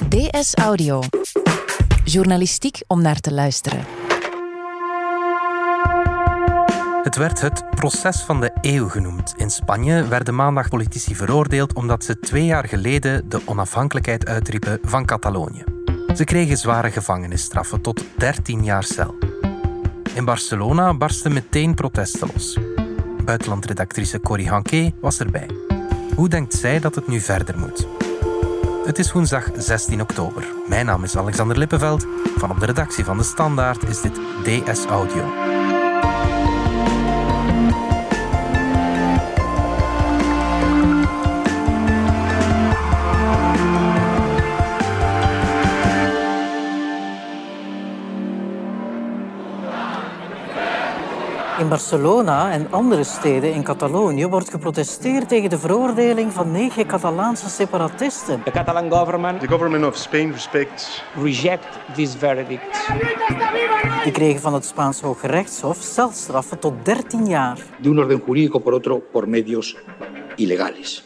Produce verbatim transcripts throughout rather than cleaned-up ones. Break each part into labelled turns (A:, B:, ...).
A: D S Audio. Journalistiek om naar te luisteren.
B: Het werd het proces van de eeuw genoemd. In Spanje werden maandag politici veroordeeld omdat ze twee jaar geleden de onafhankelijkheid uitriepen van Catalonië. Ze kregen zware gevangenisstraffen tot dertien jaar cel. In Barcelona barsten meteen protesten los. Buitenlandredactrice Corrie Hanquet was erbij. Hoe denkt zij dat het nu verder moet? Het is woensdag zestien oktober. Mijn naam is Alexander Lippenveld. Van op de redactie van De Standaard is dit D S Audio.
C: In Barcelona en andere steden in Catalonië wordt geprotesteerd tegen de veroordeling van negen Catalaanse separatisten.
D: The Catalan government,
E: The government of Spain respects
D: reject this verdict.
C: Die kregen van het Spaans Hooggerechtshof celstraffen tot dertien jaar.
F: De un orden jurídico por otro por medios ilegales.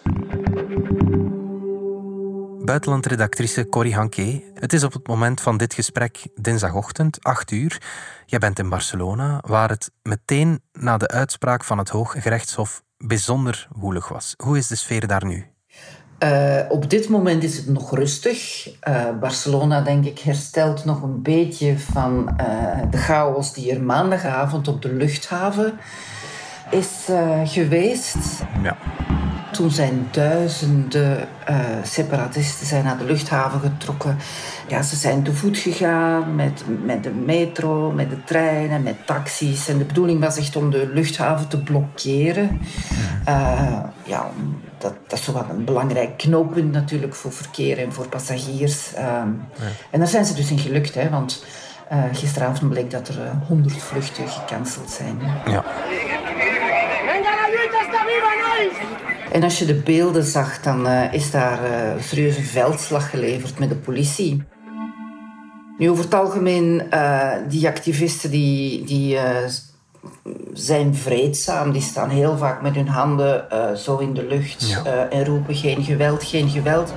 B: Buitenlandredactrice Corrie Hanquet. Het is op het moment van dit gesprek dinsdagochtend, acht uur. Jij bent in Barcelona, waar het meteen na de uitspraak van het Hooggerechtshof bijzonder woelig was. Hoe is de sfeer daar nu?
G: Uh, op dit moment is het nog rustig. Uh, Barcelona, denk ik, herstelt nog een beetje van uh, de chaos die er maandagavond op de luchthaven is uh, geweest.
B: Ja.
G: Toen zijn duizenden uh, separatisten zijn naar de luchthaven getrokken. Ja, ze zijn te voet gegaan met, met de metro, met de treinen, met taxis. En de bedoeling was echt om de luchthaven te blokkeren. Uh, ja, dat, dat is zo wat een belangrijk knooppunt natuurlijk voor verkeer en voor passagiers. Uh, ja. En daar zijn ze dus in gelukt, hè, want uh, gisteravond bleek dat er honderd uh, vluchten gecanceld zijn.
B: Ja.
G: En als je de beelden zag, dan uh, is daar uh, een serieuze veldslag geleverd met de politie. Nu, over het algemeen, uh, die activisten die, die uh, zijn vreedzaam. Die staan heel vaak met hun handen uh, zo in de lucht ja. uh, en roepen geen geweld, geen geweld.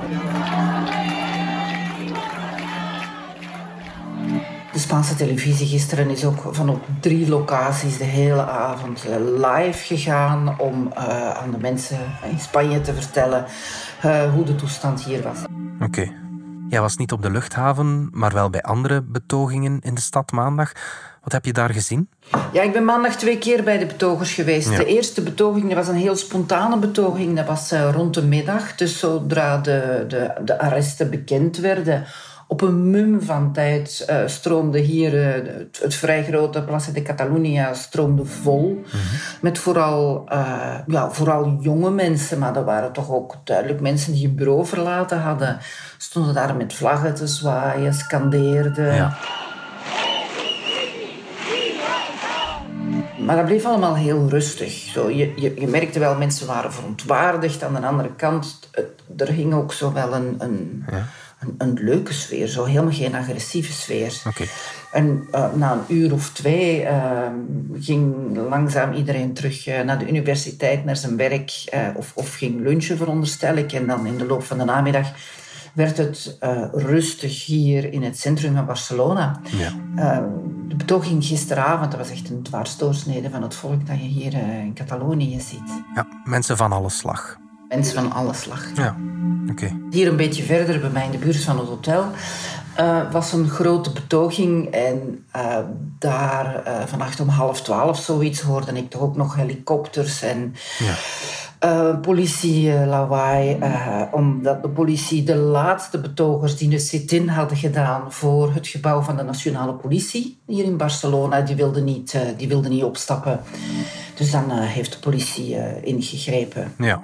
G: De Spaanse televisie gisteren is ook van op drie locaties de hele avond live gegaan om uh, aan de mensen in Spanje te vertellen uh, hoe de toestand hier was.
B: Oké. Okay. Jij was niet op de luchthaven, maar wel bij andere betogingen in de stad maandag. Wat heb je daar gezien?
G: Ja, ik ben maandag twee keer bij de betogers geweest. Ja. De eerste betoging, dat was een heel spontane betoging. Dat was uh, rond de middag. Dus zodra de, de, de arresten bekend werden, op een mum van tijd uh, stroomde hier uh, het, het vrij grote Plaza de Catalunya stroomde vol. Mm-hmm. Met vooral, uh, ja, vooral jonge mensen, maar dat waren toch ook duidelijk mensen die een bureau verlaten hadden. Stonden daar met vlaggen te zwaaien, scandeerden. Ja. Maar dat bleef allemaal heel rustig. Zo, je, je, je merkte wel, mensen waren verontwaardigd. Aan de andere kant, het, er hing ook zo wel een... een ja. Een, een leuke sfeer, zo helemaal geen agressieve sfeer.
B: Okay.
G: En uh, na een uur of twee uh, ging langzaam iedereen terug uh, naar de universiteit, naar zijn werk, uh, of, of ging lunchen, veronderstel ik. En dan in de loop van de namiddag werd het uh, rustig hier in het centrum van Barcelona.
B: Ja.
G: Uh, de betoging gisteravond, dat was echt een dwarsdoorsnede van het volk dat je hier uh, in Catalonië ziet.
B: Ja, mensen van alle slag.
G: Mensen van alle slag.
B: Ja, oké. Okay.
G: Hier een beetje verder, bij mij in de buurt van het hotel, uh, was een grote betoging. En uh, daar uh, vannacht om half twaalf zoiets hoorde ik toch ook nog helikopters en
B: ja.
G: uh, politie uh, lawaai. Uh, omdat de politie de laatste betogers die een sit-in hadden gedaan voor het gebouw van de nationale politie hier in Barcelona, die wilden niet, uh, die wilden niet opstappen. Dus dan uh, heeft de politie uh, ingegrepen.
B: Ja.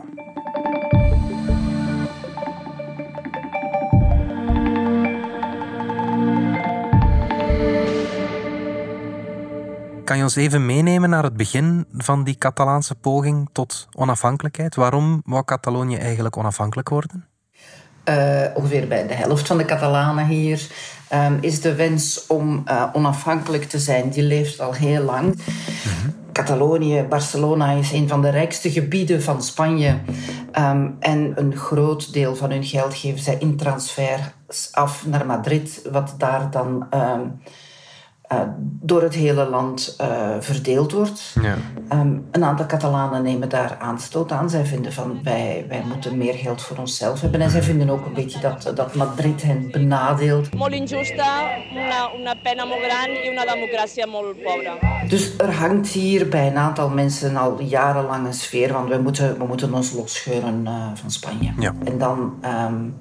B: Kan je ons even meenemen naar het begin van die Catalaanse poging tot onafhankelijkheid? Waarom wou Catalonië eigenlijk onafhankelijk worden?
G: Uh, ongeveer bij de helft van de Catalanen hier um, is de wens om uh, onafhankelijk te zijn. Die leeft al heel lang. Mm-hmm. Catalonië, Barcelona is een van de rijkste gebieden van Spanje. Um, en een groot deel van hun geld geven zij in transfers af naar Madrid, wat daar dan um, uh, door het hele land uh, verdeeld wordt. Ja. Um, een aantal Catalanen nemen daar aanstoot aan. Zij vinden van wij, wij moeten meer geld voor onszelf hebben. En zij vinden ook een beetje dat, dat Madrid hen benadeelt.
H: Molt injusta, una, una pena molt gran en una democràcia molt pobra.
G: Dus er hangt hier bij een aantal mensen al jarenlang een sfeer van we moeten, we moeten ons losscheuren uh, van Spanje. Ja. En dan um,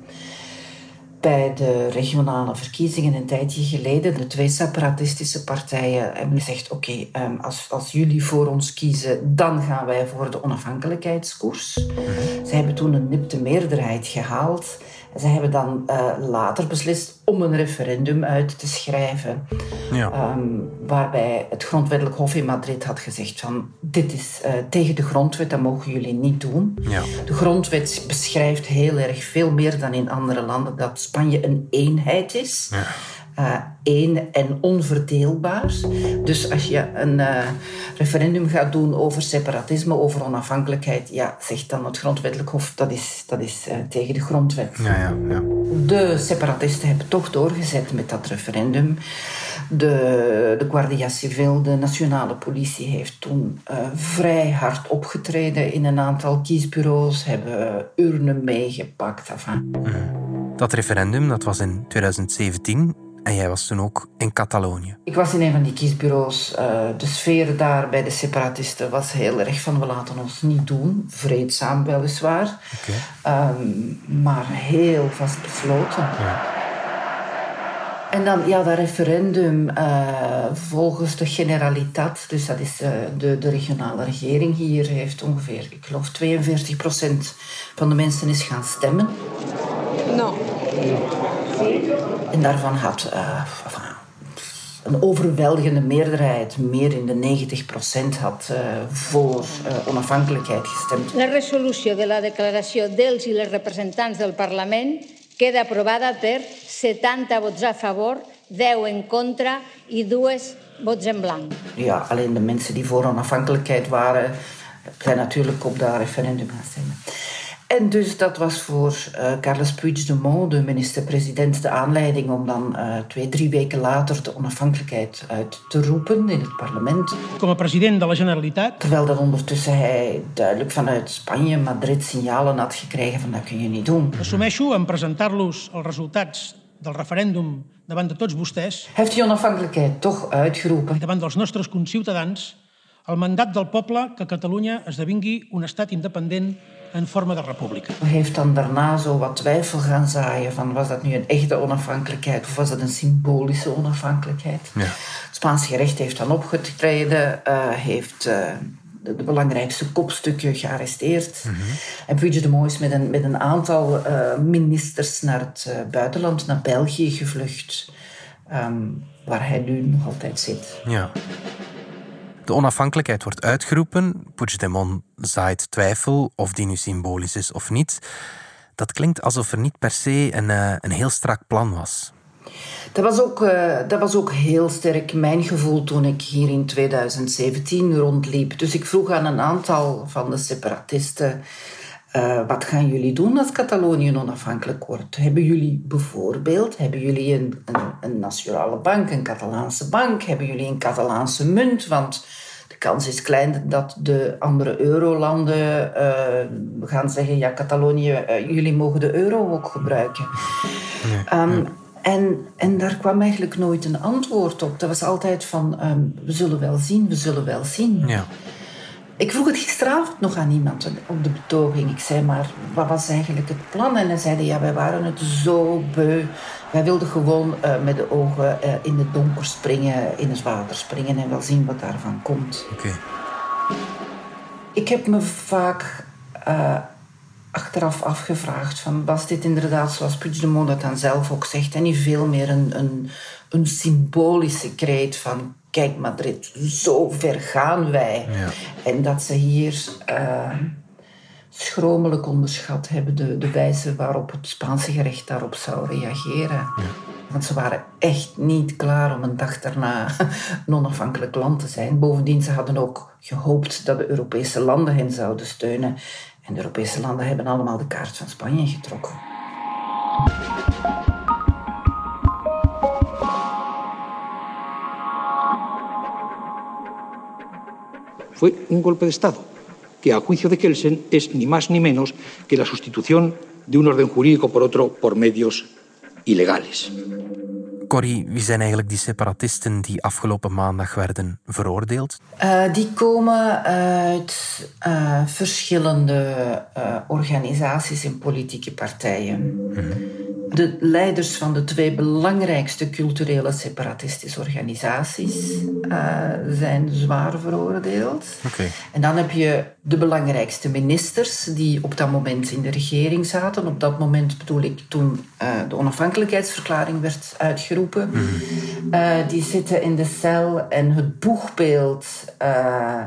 G: bij de regionale verkiezingen een tijdje geleden, de twee separatistische partijen hebben gezegd oké, okay, um, als, als jullie voor ons kiezen, dan gaan wij voor de onafhankelijkheidskoers. Mm-hmm. Zij hebben toen een nipte meerderheid gehaald. Ze hebben dan uh, later beslist om een referendum uit te schrijven. Ja. Um, waarbij het grondwettelijk hof in Madrid had gezegd van dit is uh, tegen de grondwet, dat mogen jullie niet doen. Ja. De grondwet beschrijft heel erg veel meer dan in andere landen dat Spanje een eenheid is. Ja. Uh, één en onverdeelbaar. Dus als je een uh, referendum gaat doen over separatisme, over onafhankelijkheid, ja, zegt dan het grondwettelijk hof, dat is, dat is uh, tegen de grondwet. Ja, ja, ja. De separatisten hebben toch doorgezet met dat referendum. De, de Guardia Civil, de nationale politie, heeft toen uh, vrij hard opgetreden in een aantal kiesbureaus, hebben urnen meegepakt. Enfin.
B: Dat referendum, dat was in twintig zeventien... En jij was toen ook in Catalonië.
G: Ik was in een van die kiesbureaus. Uh, de sfeer daar bij de separatisten was heel erg van we laten ons niet doen. Vreedzaam weliswaar. Okay. Um, maar heel vastbesloten. Ja. En dan, ja, dat referendum uh, volgens de Generalitat, dus dat is uh, de, de regionale regering hier, heeft ongeveer, ik geloof, tweeënveertig procent van de mensen is gaan stemmen.
H: No.
G: En daarvan had uh, een overweldigende meerderheid, meer in de negentig procent, had uh, voor uh, onafhankelijkheid gestemd.
I: La resolució de la declaració dels i les representants del Parlament queda aprovada per setanta vots a favor, deu en contra i dues vots en blanc.
G: Ja, alleen de mensen die voor onafhankelijkheid waren, zijn natuurlijk op dat referendum gaan stemmen. En dus dat was voor uh, Carles Puigdemont, de minister-president, de aanleiding om dan uh, twee, drie weken later de onafhankelijkheid uit te roepen in het parlement.
J: Como president de la Generalitat.
G: Terwijl dat ondertussen hij duidelijk vanuit Spanje, Madrid, signalen had gekregen van dat kun je niet doen.
J: Assumeixo en presentar-los els resultats del referèndum davant de tots vostès.
G: Heeft die onafhankelijkheid toch uitgeroepen.
J: Davant dels nostres conciutadans, el mandat del poble que Catalunya esdevingui un estat independent in vorm de república.
G: Hij heeft dan daarna zo wat twijfel gaan zaaien van was dat nu een echte onafhankelijkheid of was dat een symbolische onafhankelijkheid. Ja. Het Spaanse gerecht heeft dan opgetreden, uh, heeft uh, de, de belangrijkste kopstukken gearresteerd. Mm-hmm. En Puigdemont is met een, met een aantal uh, ministers naar het uh, buitenland, naar België gevlucht, um, waar hij nu nog altijd zit.
B: Ja. De onafhankelijkheid wordt uitgeroepen. Puigdemont zaait twijfel of die nu symbolisch is of niet. Dat klinkt alsof er niet per se een, uh, een heel strak plan was.
G: Dat was, ook, uh, dat was ook heel sterk mijn gevoel toen ik hier in twintig zeventien rondliep. Dus ik vroeg aan een aantal van de separatisten, Uh, wat gaan jullie doen als Catalonië onafhankelijk wordt? Hebben jullie bijvoorbeeld hebben jullie een, een, een nationale bank, een Catalaanse bank? Hebben jullie een Catalaanse munt? Want de kans is klein dat de andere eurolanden uh, gaan zeggen, ja, Catalonië, uh, jullie mogen de euro ook gebruiken. Ja, um, ja. En, en daar kwam eigenlijk nooit een antwoord op. Dat was altijd van, um, we zullen wel zien, we zullen wel zien. Ja. Ik vroeg het gisteravond nog aan iemand op de betoging. Ik zei maar, wat was eigenlijk het plan? En hij zeiden, ja, wij waren het zo beu. Wij wilden gewoon uh, met de ogen uh, in het donker springen, in het water springen en wel zien wat daarvan komt.
B: Okay.
G: Ik heb me vaak uh, achteraf afgevraagd van, was dit inderdaad, zoals Puigdemont dat dan zelf ook zegt, en niet veel meer een, een, een symbolische kreet van, kijk Madrid, zo ver gaan wij. Ja. En dat ze hier uh, schromelijk onderschat hebben de, de wijze waarop het Spaanse gerecht daarop zou reageren.
B: Ja.
G: Want ze waren echt niet klaar om een dag daarna een onafhankelijk land te zijn. Bovendien, ze hadden ook gehoopt dat de Europese landen hen zouden steunen. En de Europese landen hebben allemaal de kaart van Spanje getrokken.
F: Fue un golpe de Estado, que a juicio de Kelsen es ni más ni menos que la sustitución de un orden jurídico por otro por medios ilegales.
B: Corrie, wie zijn eigenlijk die separatisten die afgelopen maandag werden veroordeeld?
G: Uh, die komen uit uh, verschillende uh, organisaties en politieke partijen. Mm-hmm. De leiders van de twee belangrijkste culturele separatistische organisaties uh, zijn zwaar veroordeeld.
B: Okay.
G: En dan heb je de belangrijkste ministers die op dat moment in de regering zaten. Op dat moment bedoel ik toen uh, de onafhankelijkheidsverklaring werd uitgeroepen. Mm-hmm. Uh, die zitten in de cel en het boegbeeld Uh,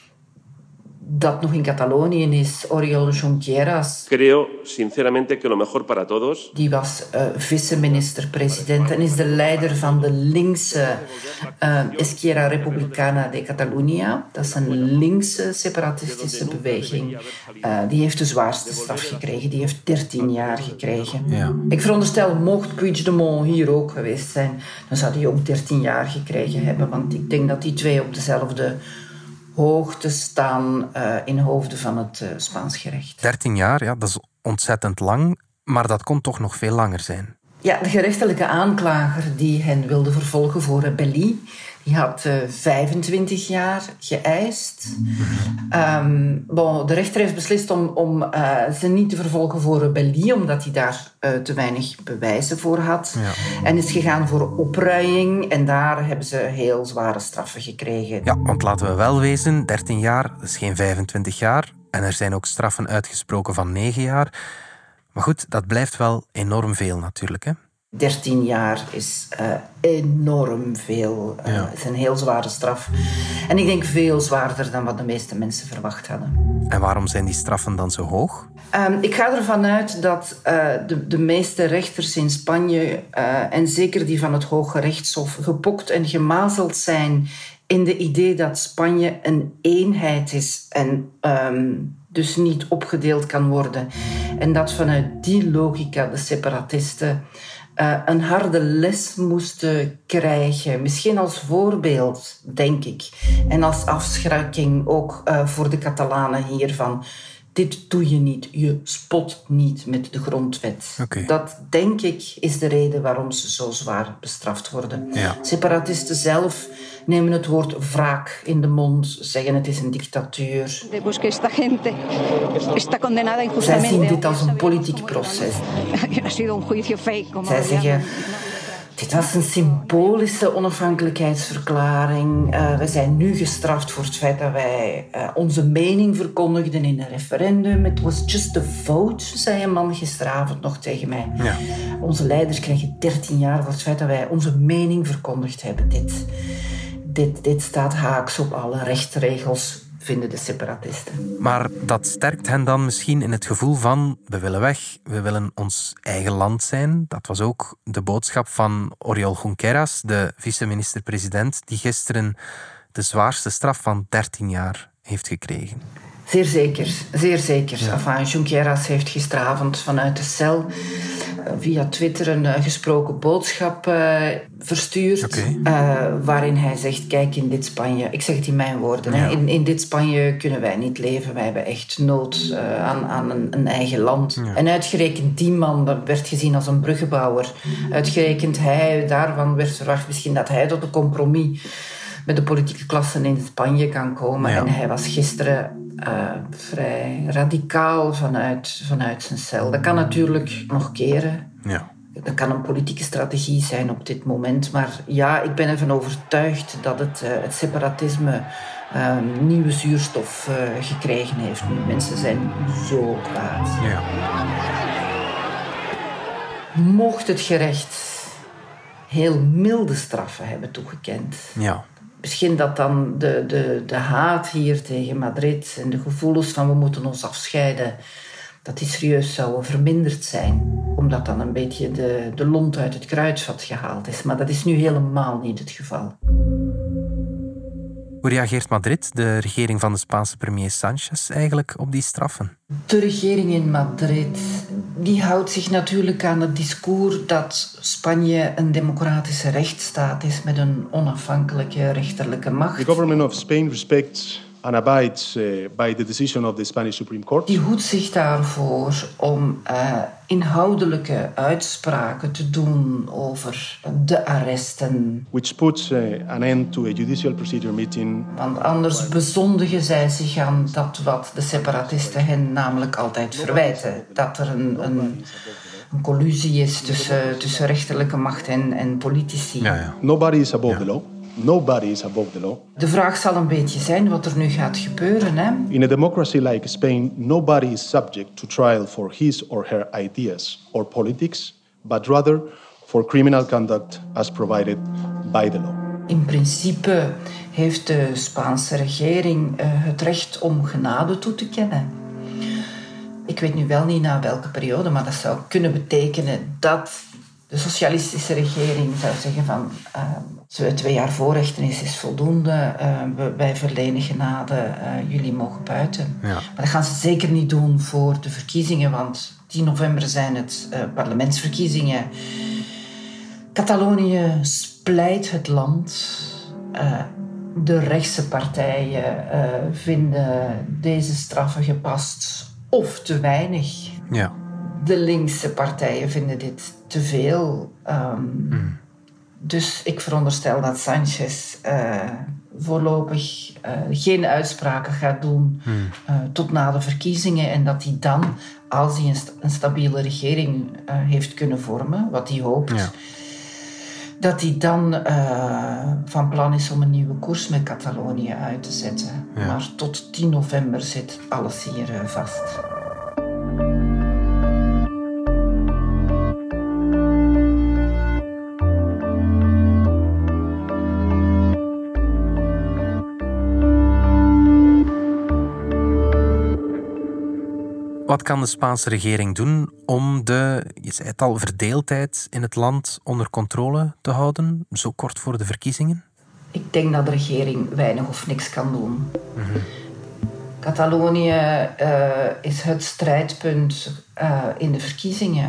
G: dat nog in Catalonië is, Oriol Junqueras.
K: Creo sinceramente que lo mejor para todos.
G: Die was uh, vice-minister-president en is de leider van de linkse uh, Esquerra Republicana de Catalunya. Dat is een linkse separatistische beweging. Uh, die heeft de zwaarste straf gekregen. Die heeft dertien jaar gekregen.
B: Ja.
G: Ik veronderstel, mocht Puigdemont hier ook geweest zijn, dan zou hij ook dertien jaar gekregen hebben. Want ik denk dat die twee op dezelfde hoogte staan uh, in hoofden van het uh, Spaans gerecht.
B: dertien jaar, ja, dat is ontzettend lang, maar dat kon toch nog veel langer zijn.
G: Ja, de gerechtelijke aanklager die hen wilde vervolgen voor rebellie, die had uh, vijfentwintig jaar geëist. Um, bon, de rechter heeft beslist om, om uh, ze niet te vervolgen voor rebellie, omdat hij daar uh, te weinig bewijzen voor had.
B: Ja.
G: En is gegaan voor opruiing en daar hebben ze heel zware straffen gekregen.
B: Ja, want laten we wel wezen, dertien jaar, dat is geen vijfentwintig jaar. En er zijn ook straffen uitgesproken van negen jaar. Maar goed, dat blijft wel enorm veel natuurlijk, hè?
G: dertien jaar is uh, enorm veel. Het uh, ja. is een heel zware straf. En ik denk veel zwaarder dan wat de meeste mensen verwacht hadden.
B: En waarom zijn die straffen dan zo hoog?
G: Um, ik ga ervan uit dat uh, de, de meeste rechters in Spanje, uh, en zeker die van het Hoge Rechtshof, gepokt en gemazeld zijn in de idee dat Spanje een eenheid is en um, dus niet opgedeeld kan worden. En dat vanuit die logica de separatisten Uh, een harde les moesten krijgen. Misschien als voorbeeld, denk ik. En als afschrikking ook uh, voor de Catalanen hiervan. Dit doe je niet. Je spot niet met de grondwet.
B: Okay.
G: Dat, denk ik, is de reden waarom ze zo zwaar bestraft worden.
B: Ja.
G: Separatisten zelf nemen het woord wraak in de mond, zeggen het is een dictatuur. Zij zien dit als een politiek proces. Zij zeggen, dit was een symbolische onafhankelijkheidsverklaring. Uh, we zijn nu gestraft voor het feit dat wij uh, onze mening verkondigden in een referendum. It was just a vote, zei een man gisteravond nog tegen mij.
B: Ja.
G: Onze leiders krijgen dertien jaar voor het feit dat wij onze mening verkondigd hebben. Dit, dit, dit staat haaks op alle rechtsregels, vinden de separatisten.
B: Maar dat sterkt hen dan misschien in het gevoel van we willen weg, we willen ons eigen land zijn. Dat was ook de boodschap van Oriol Junqueras, de vice-minister-president, die gisteren de zwaarste straf van dertien jaar heeft gekregen.
G: Zeer zeker, zeer zeker.
B: Ja.
G: Enfin, Junqueras heeft gisteravond vanuit de cel via Twitter een uh, gesproken boodschap uh, verstuurd.
B: Okay.
G: Uh, waarin hij zegt, kijk, in dit Spanje... Ik zeg het in mijn woorden.
B: Ja.
G: Hè, in, in dit Spanje kunnen wij niet leven. Wij hebben echt nood uh, aan, aan een, een eigen land.
B: Ja.
G: En uitgerekend die man, dat werd gezien als een bruggenbouwer. Uitgerekend hij, daarvan werd verwacht misschien dat hij tot een compromis met de politieke klassen in Spanje kan komen.
B: Ja.
G: En hij was gisteren uh, vrij radicaal vanuit, vanuit zijn cel. Dat kan natuurlijk nog keren.
B: Ja.
G: Dat kan een politieke strategie zijn op dit moment. Maar ja, ik ben ervan overtuigd dat het, uh, het separatisme uh, nieuwe zuurstof uh, gekregen heeft. Nu, mensen zijn zo kwaad.
B: Ja.
G: Mocht het gerecht heel milde straffen hebben toegekend...
B: Ja.
G: Misschien dat dan de, de, de haat hier tegen Madrid en de gevoelens van we moeten ons afscheiden, dat die serieus zouden verminderd zijn. omdat dan een beetje de, de lont uit het kruidvat gehaald is. Maar dat is nu helemaal niet het geval.
B: Hoe reageert Madrid, de regering van de Spaanse premier Sánchez, eigenlijk op die straffen?
G: De regering in Madrid die houdt zich natuurlijk aan het discours dat Spanje een democratische rechtsstaat is met een onafhankelijke rechterlijke macht.
E: The government of Spain respects and abides uh, by the decision of the Spanish Supreme Court.
G: Die hoedt zich daarvoor om uh, inhoudelijke uitspraken te doen over de arresten.
E: Which puts uh, an end to a judicial procedure meeting.
G: Want anders bezondigen zij zich aan dat wat de separatisten hen namelijk altijd verwijten. Dat er een, een, een collusie is tussen, tussen rechterlijke macht en, en politici.
B: Ja, ja.
E: Nobody is above
B: ja.
E: the law. Nobody is above the law.
G: De vraag zal een beetje zijn wat er nu gaat gebeuren. Hè?
E: In a democracy like Spain, nobody is subject to trial for his or her ideas or politics, but rather for criminal conduct as provided by the law.
G: In principe heeft de Spaanse regering uh, het recht om genade toe te kennen. Ik weet nu wel niet na welke periode, maar dat zou kunnen betekenen dat de socialistische regering zou zeggen van uh, twee jaar voorrechtenis is voldoende, uh, wij verlenen genade, uh, jullie mogen buiten.
B: Ja.
G: Maar dat gaan ze zeker niet doen voor de verkiezingen, want tien november zijn het uh, parlementsverkiezingen. Catalonië splijt het land. Uh, de rechtse partijen uh, vinden deze straffen gepast of te weinig.
B: Ja.
G: De linkse partijen vinden dit te veel. Um, mm. Dus ik veronderstel dat Sánchez uh, voorlopig uh, geen uitspraken gaat doen mm. uh, tot na de verkiezingen. En dat hij dan, als hij een, st- een stabiele regering uh, heeft kunnen vormen, wat hij hoopt, ja. dat hij dan uh, van plan is om een nieuwe koers met Catalonië uit te zetten. Ja. Maar tot tien november zit alles hier uh, vast.
B: Wat kan de Spaanse regering doen om de, je zei het al, verdeeldheid in het land onder controle te houden, zo kort voor de verkiezingen?
G: Ik denk dat de regering weinig of niks kan doen. Mm-hmm. Catalonië uh, is het strijdpunt uh, in de verkiezingen.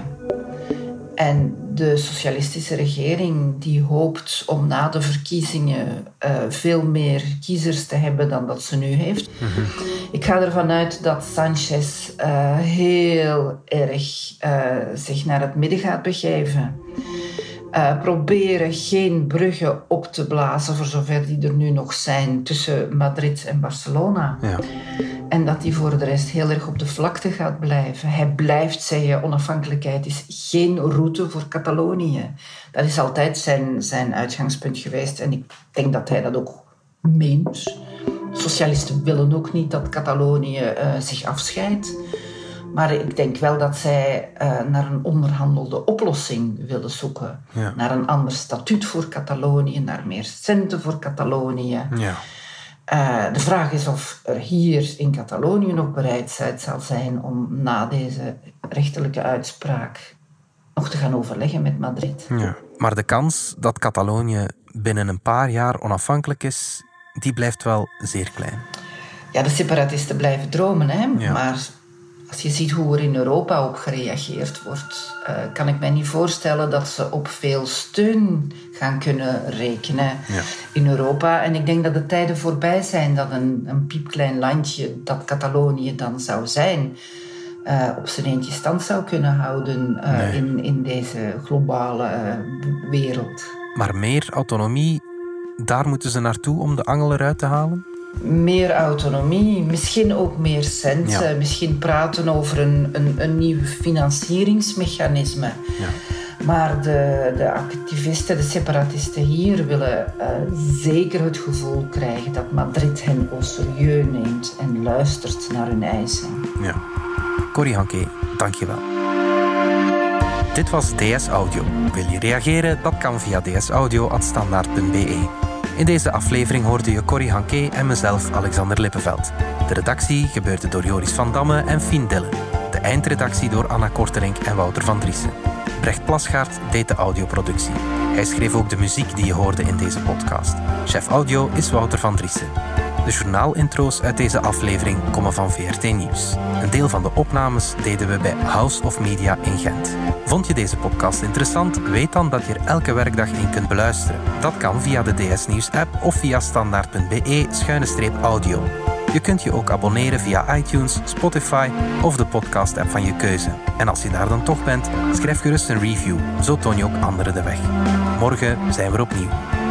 G: En de socialistische regering die hoopt om na de verkiezingen uh, veel meer kiezers te hebben dan dat ze nu heeft. Mm-hmm. Ik ga ervan uit dat Sánchez uh, heel erg uh, zich naar het midden gaat begeven. Uh, proberen geen bruggen op te blazen, voor zover die er nu nog zijn, tussen Madrid en Barcelona. Ja. En dat hij voor de rest heel erg op de vlakte gaat blijven. Hij blijft zeggen, onafhankelijkheid is geen route voor Catalonië. Dat is altijd zijn, zijn uitgangspunt geweest. En ik denk dat hij dat ook meent. Socialisten willen ook niet dat Catalonië uh, zich afscheidt. Maar ik denk wel dat zij uh, naar een onderhandelde oplossing willen zoeken. Ja. Naar een ander statuut voor Catalonië, naar meer centen voor Catalonië.
B: Ja.
G: Uh, de vraag is of er hier in Catalonië nog bereidheid zal zijn om na deze rechterlijke uitspraak nog te gaan overleggen met Madrid.
B: Ja. Maar de kans dat Catalonië binnen een paar jaar onafhankelijk is, die blijft wel zeer klein.
G: Ja, de separatisten blijven dromen, hè?
B: Ja.
G: Maar als je ziet hoe er in Europa op gereageerd wordt, uh, kan ik mij niet voorstellen dat ze op veel steun gaan kunnen rekenen ja. in Europa. En ik denk dat de tijden voorbij zijn dat een, een piepklein landje, dat Catalonië dan zou zijn, uh, op zijn eentje stand zou kunnen houden uh, nee. in, in deze globale uh, wereld.
B: Maar meer autonomie, daar moeten ze naartoe om de angel eruit te halen?
G: Meer autonomie, misschien ook meer centen. Ja. Misschien praten over een, een, een nieuw financieringsmechanisme. Ja. Maar de, de activisten, de separatisten hier willen uh, zeker het gevoel krijgen dat Madrid hen au serieus neemt en luistert naar hun eisen.
B: Ja. Corrie Hanke, dank je wel. Dit was D S Audio. Wil je reageren? Dat kan via dsaudio at standaard punt b e. In deze aflevering hoorde je Corrie Hanke en mezelf, Alexander Lippenveld. De redactie gebeurde door Joris van Damme en Fien Dille. De eindredactie door Anna Kortelink en Wouter van Driessen. Brecht Plasgaard deed de audioproductie. Hij schreef ook de muziek die je hoorde in deze podcast. Chef audio is Wouter van Driessen. De journaalintro's uit deze aflevering komen van V R T Nieuws. Een deel van de opnames deden we bij House of Media in Gent. Vond je deze podcast interessant? Weet dan dat je er elke werkdag in kunt beluisteren. Dat kan via de D S Nieuws app of via standaard punt b e schuine streep audio. Je kunt je ook abonneren via iTunes, Spotify of de podcast-app van je keuze. En als je daar dan toch bent, schrijf gerust een review. Zo toon je ook anderen de weg. Morgen zijn we er opnieuw.